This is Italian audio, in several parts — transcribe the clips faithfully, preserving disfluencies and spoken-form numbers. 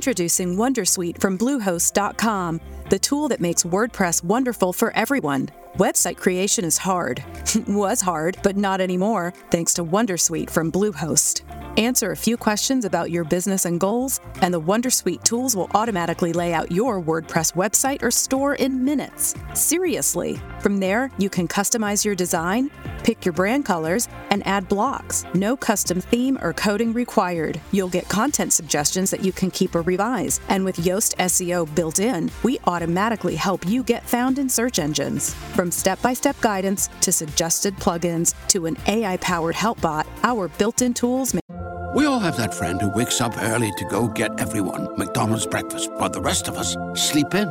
Introducing Wondersuite from Bluehost dot com, the tool that makes WordPress wonderful for everyone. Website creation is hard. Was hard, but not anymore, thanks to Wondersuite from Bluehost. Answer a few questions about your business and goals, and the Wondersuite tools will automatically lay out your WordPress website or store in minutes. Seriously. From there, you can customize your design, pick your brand colors, and add blocks. No custom theme or coding required. You'll get content suggestions that you can keep or revise. And with Yoast S E O built in, we automatically help you get found in search engines. From step-by-step guidance to suggested plugins to an A I-powered help bot, our built-in tools make... We all have that friend who wakes up early to go get everyone McDonald's breakfast, while the rest of us sleep in.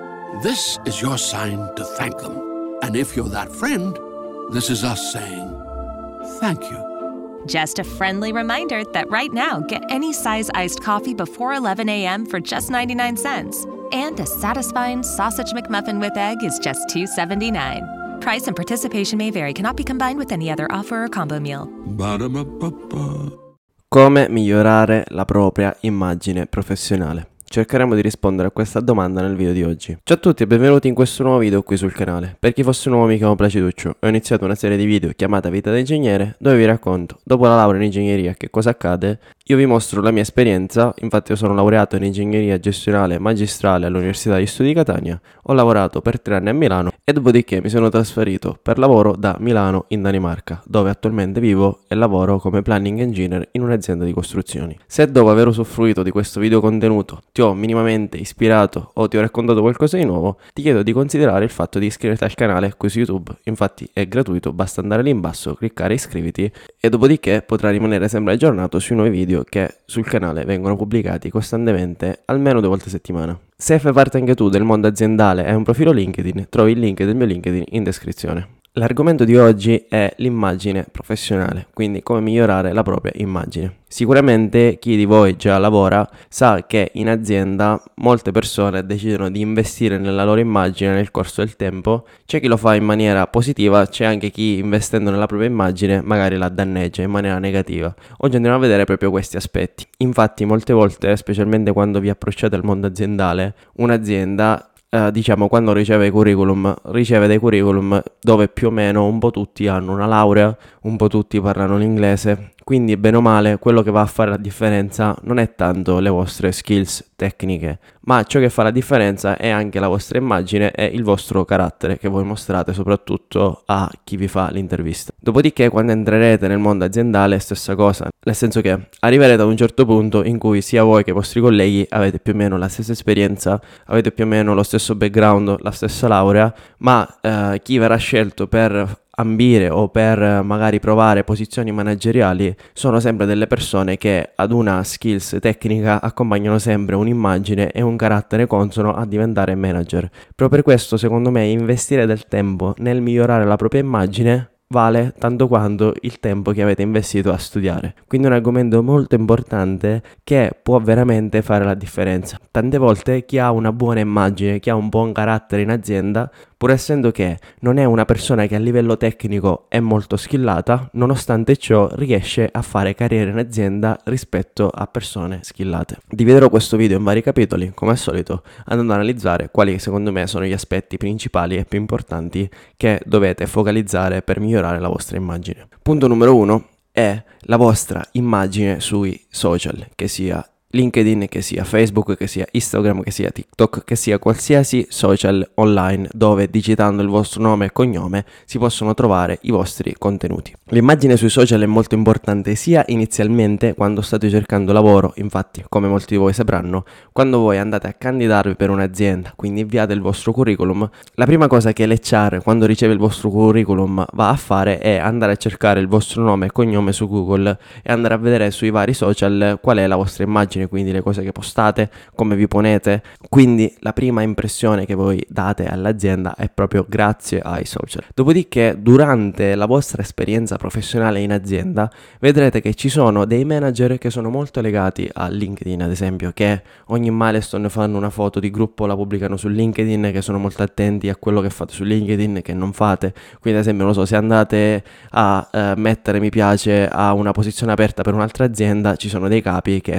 This is your sign to thank them. And if you're that friend, this is us saying thank you. Just a friendly reminder that right now, get any size iced coffee before eleven a.m. for just ninety-nine cents. And a satisfying sausage McMuffin with egg is just two seventy-nine. Price and participation may vary. Cannot be combined with any other offer or combo meal. Ba-da-ba-ba-ba. Come migliorare la propria immagine professionale? Cercheremo di rispondere a questa domanda nel video di oggi. Ciao a tutti e benvenuti in questo nuovo video qui sul canale. Per chi fosse nuovo mi chiamo Placiduccio. Ho iniziato una serie di video chiamata Vita da Ingegnere, dove vi racconto, dopo la laurea in ingegneria, che cosa accade. Io vi mostro la mia esperienza. Infatti io sono laureato in ingegneria gestionale magistrale all'Università di Studi di Catania. Ho lavorato per tre anni a Milano e dopodiché mi sono trasferito per lavoro da Milano in Danimarca, dove attualmente vivo e lavoro come planning engineer in un'azienda di costruzioni. Se dopo aver usufruito di questo video contenuto ti ho minimamente ispirato o ti ho raccontato qualcosa di nuovo, ti chiedo di considerare il fatto di iscriverti al canale qui su YouTube. Infatti è gratuito, basta andare lì in basso, cliccare iscriviti e dopodiché potrai rimanere sempre aggiornato sui nuovi video che sul canale vengono pubblicati costantemente almeno due volte a settimana. Se fai parte anche tu del mondo aziendale e hai un profilo LinkedIn, trovi il link del mio LinkedIn in descrizione. L'argomento di oggi è l'immagine professionale, quindi come migliorare la propria immagine. Sicuramente chi di voi già lavora sa che in azienda molte persone decidono di investire nella loro immagine nel corso del tempo. C'è chi lo fa in maniera positiva, c'è anche chi investendo nella propria immagine magari la danneggia in maniera negativa. Oggi andremo a vedere proprio questi aspetti. Infatti molte volte, specialmente quando vi approcciate al mondo aziendale, un'azienda Uh, diciamo quando riceve curriculum riceve dei curriculum dove più o meno un po' tutti hanno una laurea, un po' tutti parlano l'inglese, quindi bene o male quello che va a fare la differenza non è tanto le vostre skills tecniche, ma ciò che fa la differenza è anche la vostra immagine e il vostro carattere che voi mostrate soprattutto a chi vi fa l'intervista. Dopodiché quando entrerete nel mondo aziendale stessa cosa, nel senso che arriverete ad un certo punto in cui sia voi che i vostri colleghi avete più o meno la stessa esperienza, avete più o meno lo stesso background, la stessa laurea, ma eh, chi verrà scelto per ambire o per magari provare posizioni manageriali sono sempre delle persone che ad una skills tecnica accompagnano sempre un'immagine e un carattere consono a diventare manager. Proprio per questo secondo me investire del tempo nel migliorare la propria immagine vale tanto quanto il tempo che avete investito a studiare. Quindi è un argomento molto importante che può veramente fare la differenza. Tante volte chi ha una buona immagine, chi ha un buon carattere in azienda, pur essendo che non è una persona che a livello tecnico è molto skillata, nonostante ciò riesce a fare carriera in azienda rispetto a persone skillate. Dividerò questo video in vari capitoli, come al solito, andando ad analizzare quali secondo me sono gli aspetti principali e più importanti che dovete focalizzare per migliorare la vostra immagine. Punto numero uno è la vostra immagine sui social, che sia LinkedIn, che sia Facebook, che sia Instagram, che sia TikTok, che sia qualsiasi social online dove digitando il vostro nome e cognome si possono trovare i vostri contenuti. L'immagine sui social è molto importante sia inizialmente quando state cercando lavoro. Infatti, come molti di voi sapranno, quando voi andate a candidarvi per un'azienda, quindi inviate il vostro curriculum, la prima cosa che l'H R quando riceve il vostro curriculum va a fare è andare a cercare il vostro nome e cognome su Google e andare a vedere sui vari social qual è la vostra immagine, quindi le cose che postate, come vi ponete. Quindi la prima impressione che voi date all'azienda è proprio grazie ai social. Dopodiché durante la vostra esperienza professionale in azienda vedrete che ci sono dei manager che sono molto legati a LinkedIn, ad esempio, che ogni milestone fanno una foto di gruppo, la pubblicano su LinkedIn, che sono molto attenti a quello che fate su LinkedIn, che non fate. Quindi ad esempio, non so, se andate a eh, mettere mi piace a una posizione aperta per un'altra azienda, ci sono dei capi che sono molto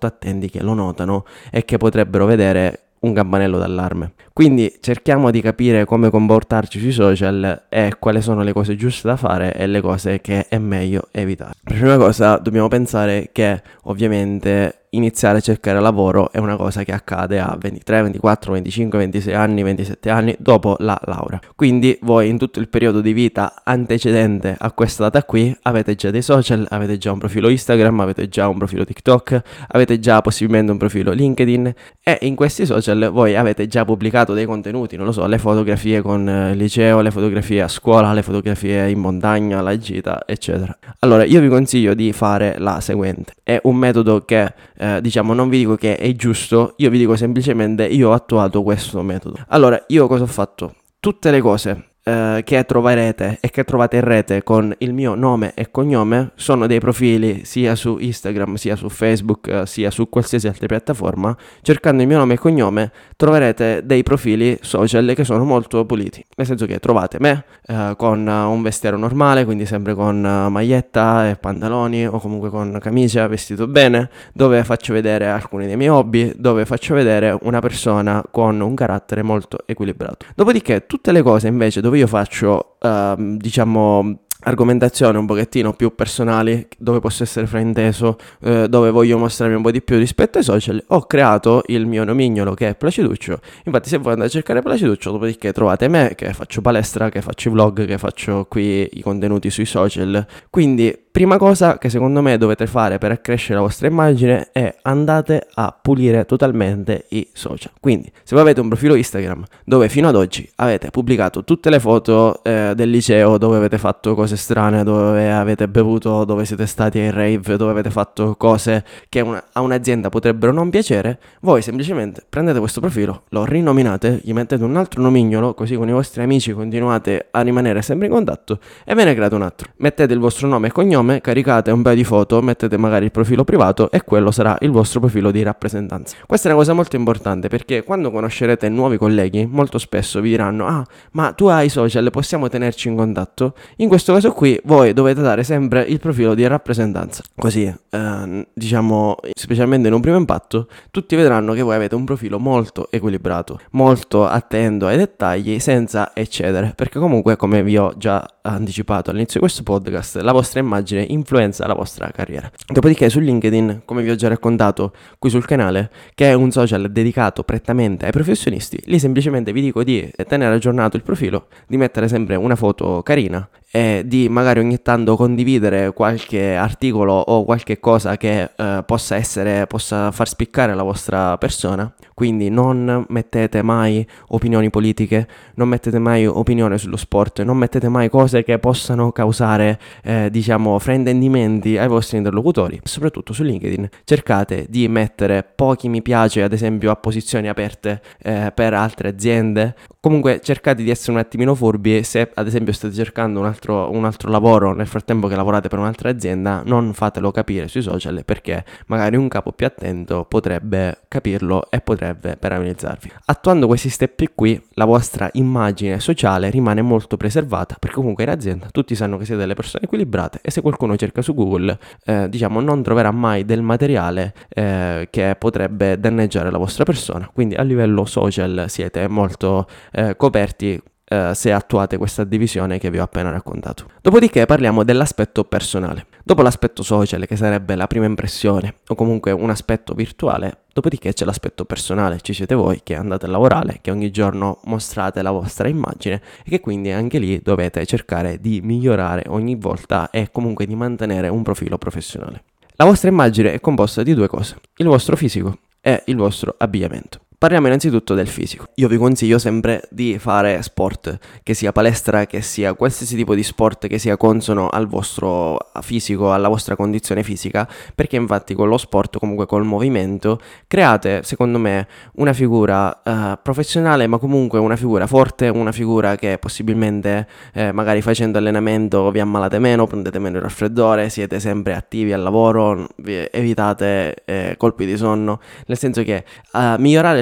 attenti, che lo notano e che potrebbero vedere un campanello d'allarme. Quindi cerchiamo di capire come comportarci sui social e quali sono le cose giuste da fare e le cose che è meglio evitare. Per prima cosa dobbiamo pensare che ovviamente iniziare a cercare lavoro è una cosa che accade a ventitré, ventiquattro, venticinque, ventisei anni, ventisette anni dopo la laurea. Quindi voi in tutto il periodo di vita antecedente a questa data qui avete già dei social, avete già un profilo Instagram, avete già un profilo TikTok, avete già possibilmente un profilo LinkedIn e in questi social voi avete già pubblicato dei contenuti, non lo so, le fotografie con il liceo, le fotografie a scuola, le fotografie in montagna, la gita, eccetera. Allora io vi consiglio di fare la seguente. È un metodo che Eh, diciamo non vi dico che è giusto, io vi dico semplicemente io ho attuato questo metodo. Allora io cosa ho fatto? Tutte le cose eh, che troverete e che trovate in rete con il mio nome e cognome sono dei profili sia su Instagram, sia su Facebook, eh, sia su qualsiasi altra piattaforma. Cercando il mio nome e cognome troverete dei profili social che sono molto puliti, nel senso che trovate me eh, con un vestiario normale, quindi sempre con uh, maglietta e pantaloni o comunque con camicia, vestito bene, dove faccio vedere alcuni dei miei hobby, dove faccio vedere una persona con un carattere molto equilibrato. Dopodiché tutte le cose invece dove io faccio uh, diciamo argomentazioni un pochettino più personali, dove posso essere frainteso, eh, dove voglio mostrarmi un po' di più rispetto ai social, ho creato il mio nomignolo che è Placiduccio. Infatti se voi andate a cercare Placiduccio, dopodiché trovate me che faccio palestra, che faccio i vlog, che faccio qui i contenuti sui social. Quindi prima cosa che secondo me dovete fare per accrescere la vostra immagine è andate a pulire totalmente i social. Quindi se voi avete un profilo Instagram dove fino ad oggi avete pubblicato tutte le foto eh, del liceo, dove avete fatto cose strane, dove avete bevuto, dove siete stati ai rave, dove avete fatto cose che una, a un'azienda potrebbero non piacere, voi semplicemente prendete questo profilo, lo rinominate, gli mettete un altro nomignolo, così con i vostri amici continuate a rimanere sempre in contatto e ve ne create un altro. Mettete il vostro nome e cognome, caricate un paio di foto, mettete magari il profilo privato e quello sarà il vostro profilo di rappresentanza. Questa è una cosa molto importante perché quando conoscerete nuovi colleghi molto spesso vi diranno: ah, ma tu hai social, possiamo tenerci in contatto? In questo caso qui voi dovete dare sempre il profilo di rappresentanza, così eh, diciamo specialmente in un primo impatto tutti vedranno che voi avete un profilo molto equilibrato, molto attento ai dettagli, senza eccedere, perché comunque come vi ho già anticipato all'inizio di questo podcast la vostra immagine influenza la vostra carriera. Dopodiché su LinkedIn, come vi ho già raccontato qui sul canale, che è un social dedicato prettamente ai professionisti, lì semplicemente vi dico di tenere aggiornato il profilo, di mettere sempre una foto carina e di magari ogni tanto condividere qualche articolo o qualche cosa che eh, possa essere, possa far spiccare la vostra persona. Quindi non mettete mai opinioni politiche, non mettete mai opinione sullo sport, non mettete mai cose che possano causare eh, diciamo fraintendimenti ai vostri interlocutori. Soprattutto su LinkedIn cercate di mettere pochi mi piace, ad esempio a posizioni aperte eh, per altre aziende. Comunque cercate di essere un attimino furbi. Se ad esempio state cercando un altro, un altro lavoro nel frattempo che lavorate per un'altra azienda, non fatelo capire sui social, perché magari un capo più attento potrebbe capirlo e potrebbe penalizzarvi. Attuando questi step qui la vostra immagine sociale rimane molto preservata, perché comunque in azienda tutti sanno che siete delle persone equilibrate e se qualcuno cerca su Google eh, diciamo non troverà mai del materiale eh, che potrebbe danneggiare la vostra persona. Quindi a livello social siete molto eh, coperti Uh, se attuate questa divisione che vi ho appena raccontato. Dopodiché parliamo dell'aspetto personale. Dopo l'aspetto social, che sarebbe la prima impressione o comunque un aspetto virtuale, dopodiché c'è l'aspetto personale. Ci siete voi che andate a lavorare, che ogni giorno mostrate la vostra immagine e che quindi anche lì dovete cercare di migliorare ogni volta e comunque di mantenere un profilo professionale. La vostra immagine è composta di due cose: il vostro fisico e il vostro abbigliamento. Parliamo innanzitutto del fisico. Io vi consiglio sempre di fare sport, che sia palestra, che sia qualsiasi tipo di sport che sia consono al vostro fisico, alla vostra condizione fisica, perché infatti con lo sport, comunque col movimento, create, secondo me, una figura uh, professionale, ma comunque una figura forte, una figura che possibilmente eh, magari facendo allenamento vi ammalate meno, prendete meno il raffreddore, siete sempre attivi al lavoro, vi evitate eh, colpi di sonno, nel senso che uh, migliorare il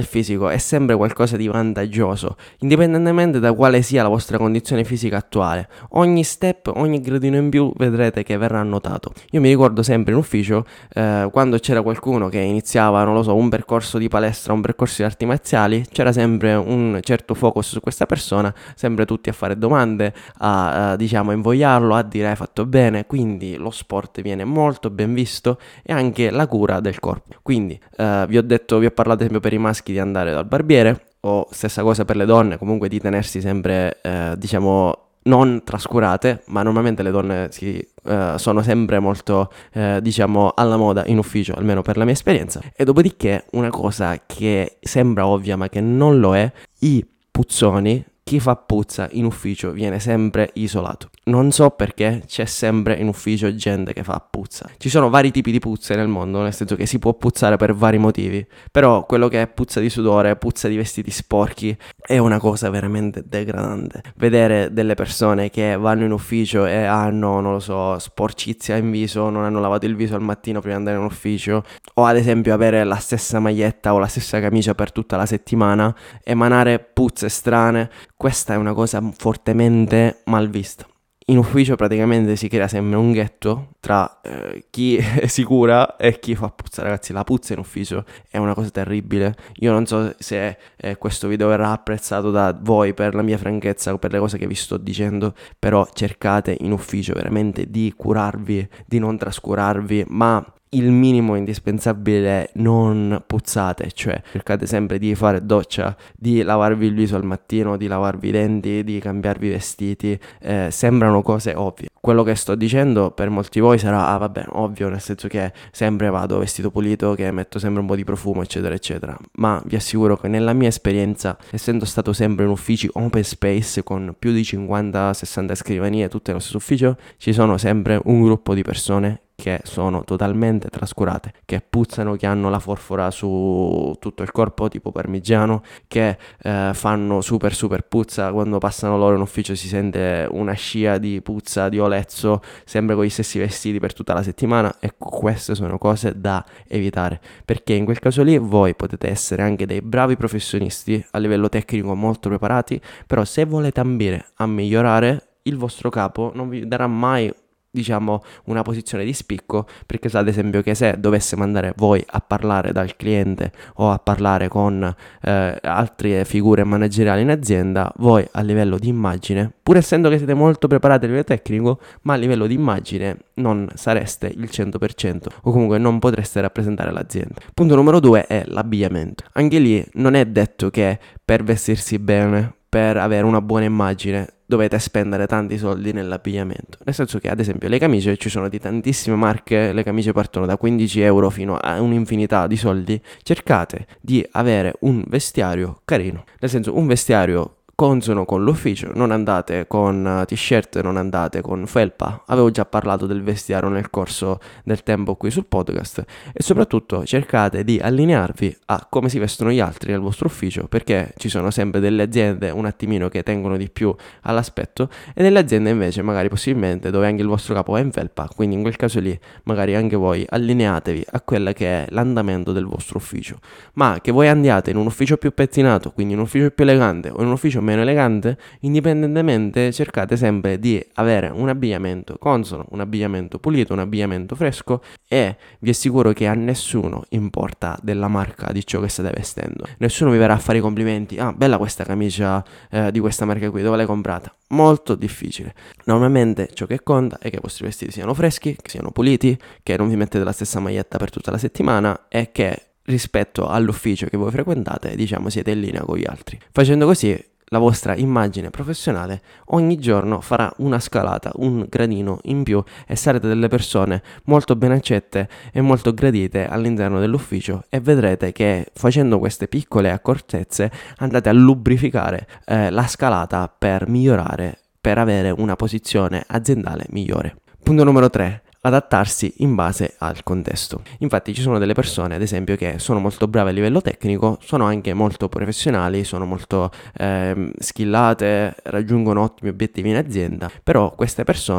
fisico è sempre qualcosa di vantaggioso, indipendentemente da quale sia la vostra condizione fisica attuale. Ogni step, ogni gradino in più vedrete che verrà notato. Io mi ricordo sempre in ufficio eh, quando c'era qualcuno che iniziava, non lo so, un percorso di palestra, un percorso di arti marziali, c'era sempre un certo focus su questa persona, sempre tutti a fare domande, a, a diciamo invogliarlo, a dire hai fatto bene. Quindi lo sport viene molto ben visto, e anche la cura del corpo. Quindi eh, vi ho detto, vi ho parlato ad esempio per i maschi di andare dal barbiere, o stessa cosa per le donne, comunque di tenersi sempre eh, diciamo non trascurate, ma normalmente le donne si, uh, sono sempre molto uh, diciamo alla moda in ufficio, almeno per la mia esperienza. E dopodiché una cosa che sembra ovvia ma che non lo è: i puzzoni. Chi fa puzza in ufficio viene sempre isolato. Non so perché c'è sempre in ufficio gente che fa puzza. Ci sono vari tipi di puzze nel mondo, nel senso che si può puzzare per vari motivi, però quello che è puzza di sudore, puzza di vestiti sporchi, è una cosa veramente degradante. Vedere delle persone che vanno in ufficio e hanno, non lo so, sporcizia in viso, non hanno lavato il viso al mattino prima di andare in ufficio, o ad esempio avere la stessa maglietta o la stessa camicia per tutta la settimana, emanare puzze strane, questa è una cosa fortemente mal vista. In ufficio praticamente si crea sempre un ghetto tra eh, chi si cura e chi fa puzza. Ragazzi, la puzza in ufficio è una cosa terribile. Io non so se eh, questo video verrà apprezzato da voi per la mia franchezza o per le cose che vi sto dicendo, però cercate in ufficio veramente di curarvi, di non trascurarvi, ma il minimo indispensabile, non puzzate, cioè cercate sempre di fare doccia, di lavarvi il viso al mattino, di lavarvi i denti, di cambiarvi i vestiti. Eh, sembrano cose ovvie. Quello che sto dicendo per molti di voi sarà ah vabbè, ovvio, nel senso che sempre vado vestito pulito, che metto sempre un po' di profumo eccetera eccetera, ma vi assicuro che nella mia esperienza, essendo stato sempre in uffici open space con più di cinquanta sessanta scrivanie tutte nello stesso ufficio, ci sono sempre un gruppo di persone che sono totalmente trascurate, che puzzano, che hanno la forfora su tutto il corpo tipo parmigiano, che eh, fanno super super puzza. Quando passano loro in ufficio si sente una scia di puzza, di olezzo, sempre con gli stessi vestiti per tutta la settimana. E queste sono cose da evitare, perché in quel caso lì voi potete essere anche dei bravi professionisti a livello tecnico molto preparati, però se volete ambire a migliorare, il vostro capo non vi darà mai diciamo una posizione di spicco, perché sa ad esempio che se dovesse mandare voi a parlare dal cliente o a parlare con eh, altre figure manageriali in azienda, voi a livello di immagine, pur essendo che siete molto preparati a livello tecnico, ma a livello di immagine non sareste il cento per cento, o comunque non potreste rappresentare l'azienda. Punto numero due è l'abbigliamento. Anche lì non è detto che per vestirsi bene, per avere una buona immagine, dovete spendere tanti soldi nell'abbigliamento. Nel senso che ad esempio le camicie, ci sono di tantissime marche, le camicie partono da quindici euro fino a un'infinità di soldi. Cercate di avere un vestiario carino, nel senso un vestiario consono con l'ufficio, non andate con t-shirt, non andate con felpa. Avevo già parlato del vestiario nel corso del tempo qui sul podcast. E soprattutto cercate di allinearvi a come si vestono gli altri nel vostro ufficio, perché ci sono sempre delle aziende un attimino che tengono di più all'aspetto e delle aziende invece magari possibilmente dove anche il vostro capo è in felpa, quindi in quel caso lì magari anche voi allineatevi a quella che è l'andamento del vostro ufficio. Ma che voi andiate in un ufficio più pettinato, quindi in un ufficio più elegante o in un ufficio meno elegante, indipendentemente cercate sempre di avere un abbigliamento consono, un abbigliamento pulito, un abbigliamento fresco, e vi assicuro che a nessuno importa della marca di ciò che state vestendo. Nessuno vi verrà a fare i complimenti: ah, bella questa camicia eh, di questa marca qui, dove l'hai comprata? Molto difficile. Normalmente ciò che conta è che i vostri vestiti siano freschi, che siano puliti, che non vi mettete la stessa maglietta per tutta la settimana e che rispetto all'ufficio che voi frequentate, diciamo, siete in linea con gli altri. Facendo così la vostra immagine professionale ogni giorno farà una scalata, un gradino in più, e sarete delle persone molto ben accette e molto gradite all'interno dell'ufficio, e vedrete che facendo queste piccole accortezze andate a lubrificare eh, la scalata per migliorare, per avere una posizione aziendale migliore. Punto numero tre. Adattarsi in base al contesto. Infatti ci sono delle persone ad esempio che sono molto brave a livello tecnico, sono anche molto professionali, sono molto eh, skillate, raggiungono ottimi obiettivi in azienda, però queste persone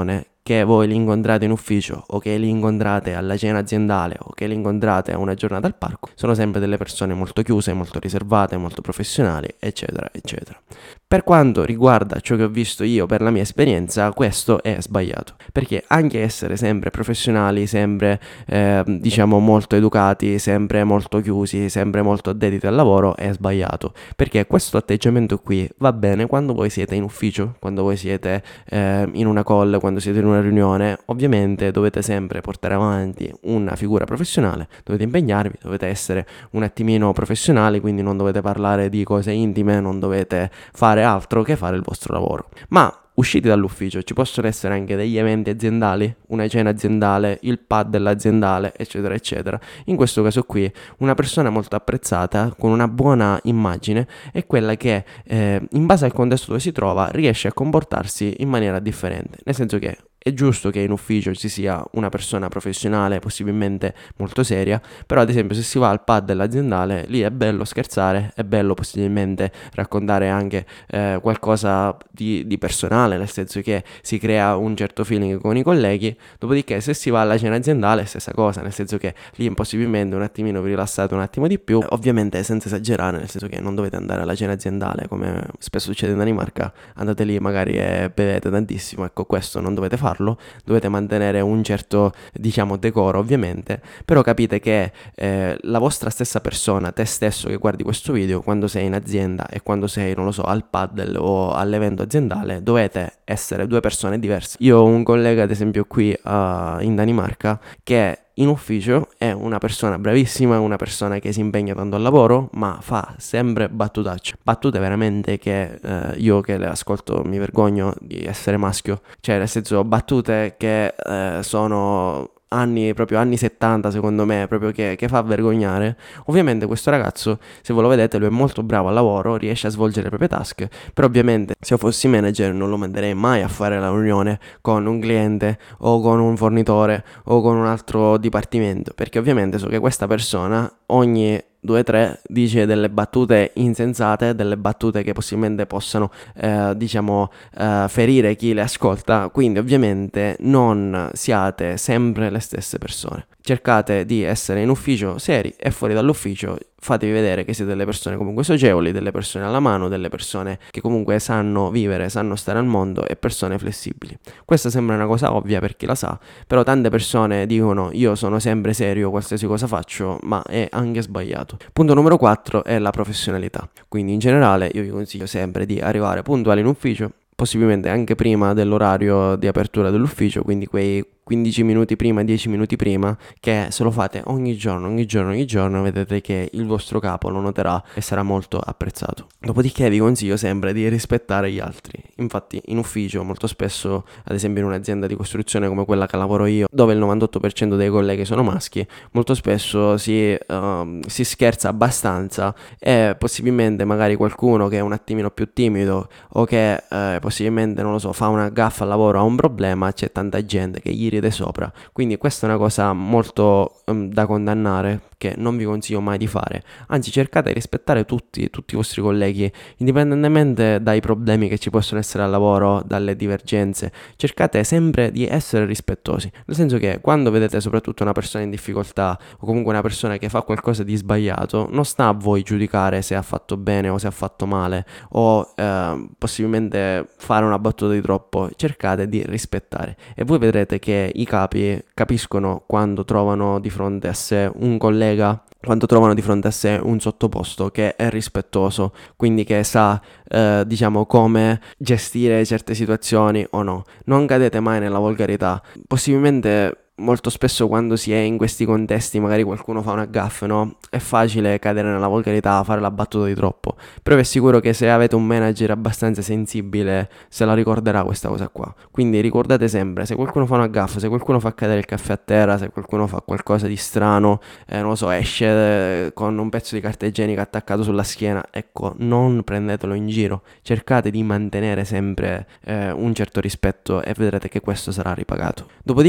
che voi li incontrate in ufficio o che li incontrate alla cena aziendale o che li incontrate a una giornata al parco sono sempre delle persone molto chiuse, molto riservate, molto professionali, eccetera, eccetera. Per quanto riguarda ciò che ho visto io per la mia esperienza, questo è sbagliato, perché anche essere sempre professionali, sempre eh, diciamo molto educati, sempre molto chiusi, sempre molto dediti al lavoro è sbagliato, perché questo atteggiamento qui va bene quando voi siete in ufficio, quando voi siete eh, in una call, quando siete in una riunione. Ovviamente dovete sempre portare avanti una figura professionale, dovete impegnarvi, dovete essere un attimino professionali, quindi non dovete parlare di cose intime, non dovete fare altro che fare il vostro lavoro. Ma usciti dall'ufficio ci possono essere anche degli eventi aziendali, una cena aziendale, il pad dell'aziendale, eccetera eccetera. In questo caso qui una persona molto apprezzata con una buona immagine è quella che eh, in base al contesto dove si trova riesce a comportarsi in maniera differente, nel senso che è giusto che in ufficio ci sia una persona professionale, possibilmente molto seria, però ad esempio se si va al pad dell'aziendale, lì è bello scherzare, è bello possibilmente raccontare anche eh, qualcosa di, di personale, nel senso che si crea un certo feeling con i colleghi. Dopodiché se si va alla cena aziendale, stessa cosa, nel senso che lì possibilmente un attimino vi rilassate un attimo di più, ovviamente senza esagerare, nel senso che non dovete andare alla cena aziendale come spesso succede in Danimarca, andate lì magari e bevete tantissimo, ecco, questo non dovete fare. Dovete mantenere un certo, diciamo, decoro, ovviamente, però capite che eh, la vostra stessa persona, te stesso che guardi questo video, quando sei in azienda e quando sei, non lo so, al paddle o all'evento aziendale, dovete essere due persone diverse. Io ho un collega, ad esempio, qui uh, in Danimarca, che in ufficio è una persona bravissima, una persona che si impegna tanto al lavoro, ma fa sempre battutacce. Battute veramente che eh, io che le ascolto mi vergogno di essere maschio. Cioè, nel senso, battute che eh, sono anni, proprio anni settanta secondo me, proprio che, che fa vergognare. Ovviamente questo ragazzo, se voi lo vedete, lui è molto bravo al lavoro, riesce a svolgere le proprie task, però ovviamente se io fossi manager non lo manderei mai a fare la riunione con un cliente o con un fornitore o con un altro dipartimento, perché ovviamente so che questa persona ogni due tre dice delle battute insensate, delle battute che possibilmente possano eh, diciamo eh, ferire chi le ascolta. Quindi ovviamente non siate sempre le stesse persone, cercate di essere in ufficio seri e fuori dall'ufficio fatevi vedere che siete delle persone comunque socievoli, delle persone alla mano, delle persone che comunque sanno vivere, sanno stare al mondo e persone flessibili. Questa sembra una cosa ovvia per chi la sa, però tante persone dicono io sono sempre serio qualsiasi cosa faccio, ma è anche sbagliato. Punto numero quattro è la professionalità. Quindi in generale io vi consiglio sempre di arrivare puntuali in ufficio, possibilmente anche prima dell'orario di apertura dell'ufficio, quindi quei quindici minuti prima, dieci minuti prima, che se lo fate ogni giorno, ogni giorno, ogni giorno, vedete che il vostro capo lo noterà e sarà molto apprezzato. Dopodiché vi consiglio sempre di rispettare gli altri. Infatti in ufficio molto spesso, ad esempio in un'azienda di costruzione come quella che lavoro io, dove il novantotto per cento dei colleghi sono maschi, molto spesso si, uh, si scherza abbastanza e possibilmente magari qualcuno che è un attimino più timido o che uh, possibilmente, non lo so, fa una gaffa al lavoro, ha un problema, c'è tanta gente che gli ride sopra. Quindi questa è una cosa molto um, da condannare, che non vi consiglio mai di fare. Anzi, cercate di rispettare tutti, tutti i vostri colleghi, indipendentemente dai problemi che ci possono essere al lavoro, dalle divergenze. Cercate sempre di essere rispettosi, nel senso che quando vedete soprattutto una persona in difficoltà o comunque una persona che fa qualcosa di sbagliato, non sta a voi giudicare se ha fatto bene o se ha fatto male o eh, possibilmente fare una battuta di troppo. Cercate di rispettare e voi vedrete che i capi capiscono quando trovano di fronte a sé un collega, quando trovano di fronte a sé un sottoposto che è rispettoso, quindi che sa eh, diciamo come gestire certe situazioni o no. Non cadete mai nella volgarità. Possibilmente molto spesso quando si è in questi contesti magari qualcuno fa una gaffe, no? È facile cadere nella volgarità, fare la battuta di troppo, però vi assicuro che se avete un manager abbastanza sensibile se la ricorderà questa cosa qua. Quindi ricordate sempre, se qualcuno fa una gaffa, se qualcuno fa cadere il caffè a terra, se qualcuno fa qualcosa di strano, eh, non lo so, esce eh, con un pezzo di carta igienica attaccato sulla schiena, ecco, non prendetelo in giro, cercate di mantenere sempre eh, un certo rispetto e vedrete che questo sarà ripagato. Dopodiché,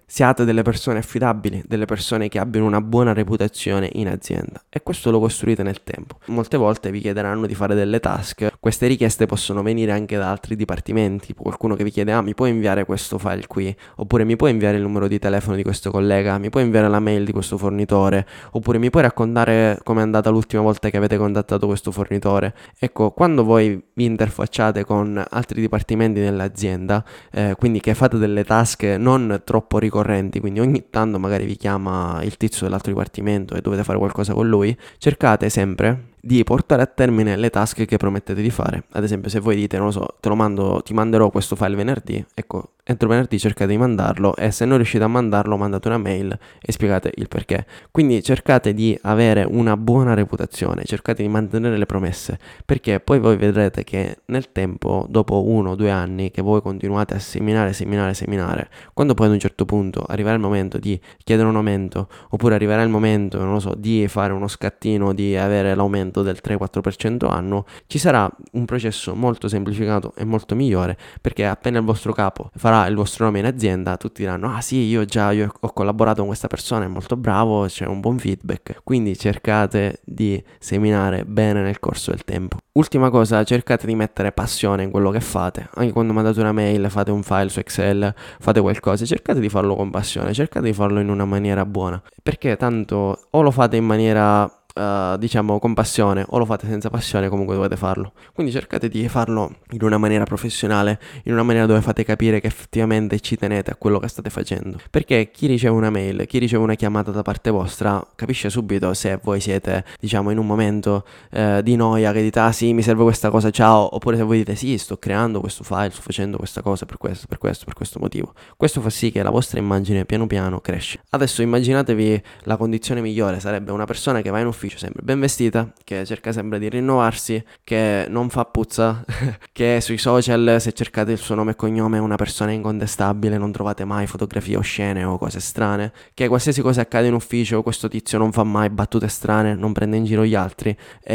siate delle persone affidabili, delle persone che abbiano una buona reputazione in azienda, e questo lo costruite nel tempo. Molte volte vi chiederanno di fare delle task, queste richieste possono venire anche da altri dipartimenti, qualcuno che vi chiede ah mi puoi inviare questo file qui, oppure mi puoi inviare il numero di telefono di questo collega, mi puoi inviare la mail di questo fornitore, oppure mi puoi raccontare com'è andata l'ultima volta che avete contattato questo fornitore. Ecco, quando voi vi interfacciate con altri dipartimenti nell'azienda, eh, quindi che fate delle task non troppo ricorrenti, quindi ogni tanto magari vi chiama il tizio dell'altro dipartimento e dovete fare qualcosa con lui, cercate sempre di portare a termine le task che promettete di fare. Ad esempio, se voi dite, non lo so, te lo mando, ti manderò questo file venerdì, ecco, entro venerdì cercate di mandarlo, e se non riuscite a mandarlo mandate una mail e spiegate il perché. Quindi cercate di avere una buona reputazione, cercate di mantenere le promesse, perché poi voi vedrete che nel tempo, dopo uno o due anni che voi continuate a seminare, seminare, seminare, quando poi ad un certo punto arriverà il momento di chiedere un aumento, oppure arriverà il momento, non lo so, di fare uno scattino, di avere l'aumento del tre quattro per cento annuo, ci sarà un processo molto semplificato e molto migliore, perché appena il vostro capo farà il vostro nome in azienda, tutti diranno ah sì, io già io ho collaborato con questa persona, è molto bravo, c'è un buon feedback. Quindi cercate di seminare bene nel corso del tempo. Ultima cosa, cercate di mettere passione in quello che fate. Anche quando mandate una mail, fate un file su Excel, fate qualcosa, cercate di farlo con passione, cercate di farlo in una maniera buona, perché tanto o lo fate in maniera Uh, diciamo con passione o lo fate senza passione, comunque dovete farlo. Quindi cercate di farlo in una maniera professionale, in una maniera dove fate capire che effettivamente ci tenete a quello che state facendo, perché chi riceve una mail, chi riceve una chiamata da parte vostra capisce subito se voi siete, diciamo, in un momento uh, di noia, che dite ah sì mi serve questa cosa, ciao, oppure se voi dite sì sto creando questo file, sto facendo questa cosa per questo, per questo, per questo motivo. Questo fa sì che la vostra immagine piano piano cresce. Adesso immaginatevi la condizione migliore, sarebbe una persona che va in ufficio sempre ben vestita, che cerca sempre di rinnovarsi, che non fa puzza, che sui social, se cercate il suo nome e cognome, è una persona incontestabile, non trovate mai fotografie oscene o cose strane, che qualsiasi cosa accade in ufficio questo tizio non fa mai battute strane, non prende in giro gli altri,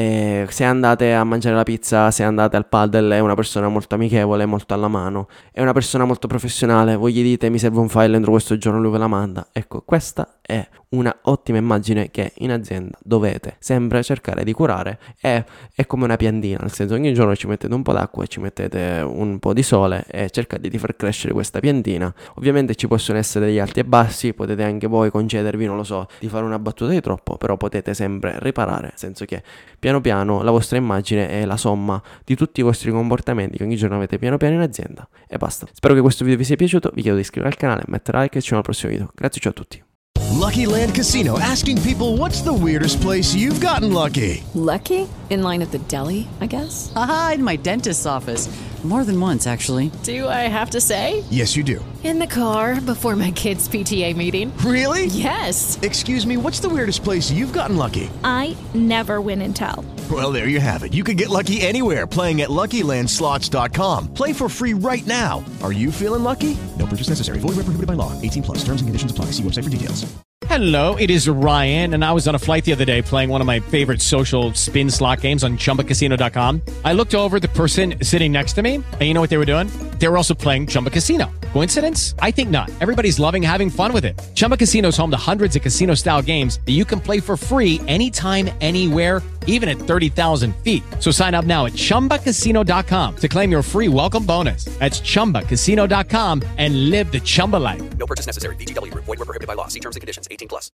e se andate a mangiare la pizza, se andate al padel, è una persona molto amichevole, molto alla mano, è una persona molto professionale, voi gli dite mi serve un file entro questo giorno, lui ve la manda. Ecco, questa è una ottima immagine che in azienda dovete sempre cercare di curare. È, è come una piantina, nel senso ogni giorno ci mettete un po' d'acqua e ci mettete un po' di sole e cercate di far crescere questa piantina. Ovviamente ci possono essere degli alti e bassi, potete anche voi concedervi, non lo so, di fare una battuta di troppo, però potete sempre riparare, nel senso che piano piano la vostra immagine è la somma di tutti i vostri comportamenti che ogni giorno avete piano piano in azienda, e basta. Spero che questo video vi sia piaciuto, vi chiedo di iscrivervi al canale, mettere like e ci vediamo al prossimo video. Grazie, ciao a tutti. Lucky Land Casino, asking people what's the weirdest place you've gotten lucky? Lucky? In line at the deli, I guess? Aha, in my dentist's office. More than once, actually. Do I have to say? Yes, you do. In the car before my kids' P T A meeting. Really? Yes. Excuse me, what's the weirdest place you've gotten lucky? I never win and tell. Well, there you have it. You can get lucky anywhere, playing at Lucky Land Slots dot com. Play for free right now. Are you feeling lucky? No purchase necessary. Void where prohibited by law. eighteen plus. Terms and conditions apply. See website for details. Hello, it is Ryan, and I was on a flight the other day playing one of my favorite social spin slot games on Chumba Casino dot com. I looked over at the person sitting next to me, and you know what they were doing? They were also playing Chumba Casino. Coincidence? I think not. Everybody's loving having fun with it. Chumba Casino is home to hundreds of casino-style games that you can play for free anytime, anywhere, even at thirty thousand feet. So sign up now at Chumba Casino dot com to claim your free welcome bonus. That's Chumba Casino dot com and live the Chumba life. No purchase necessary. V G W. Void where prohibited by law. See terms and conditions. eighteen plus.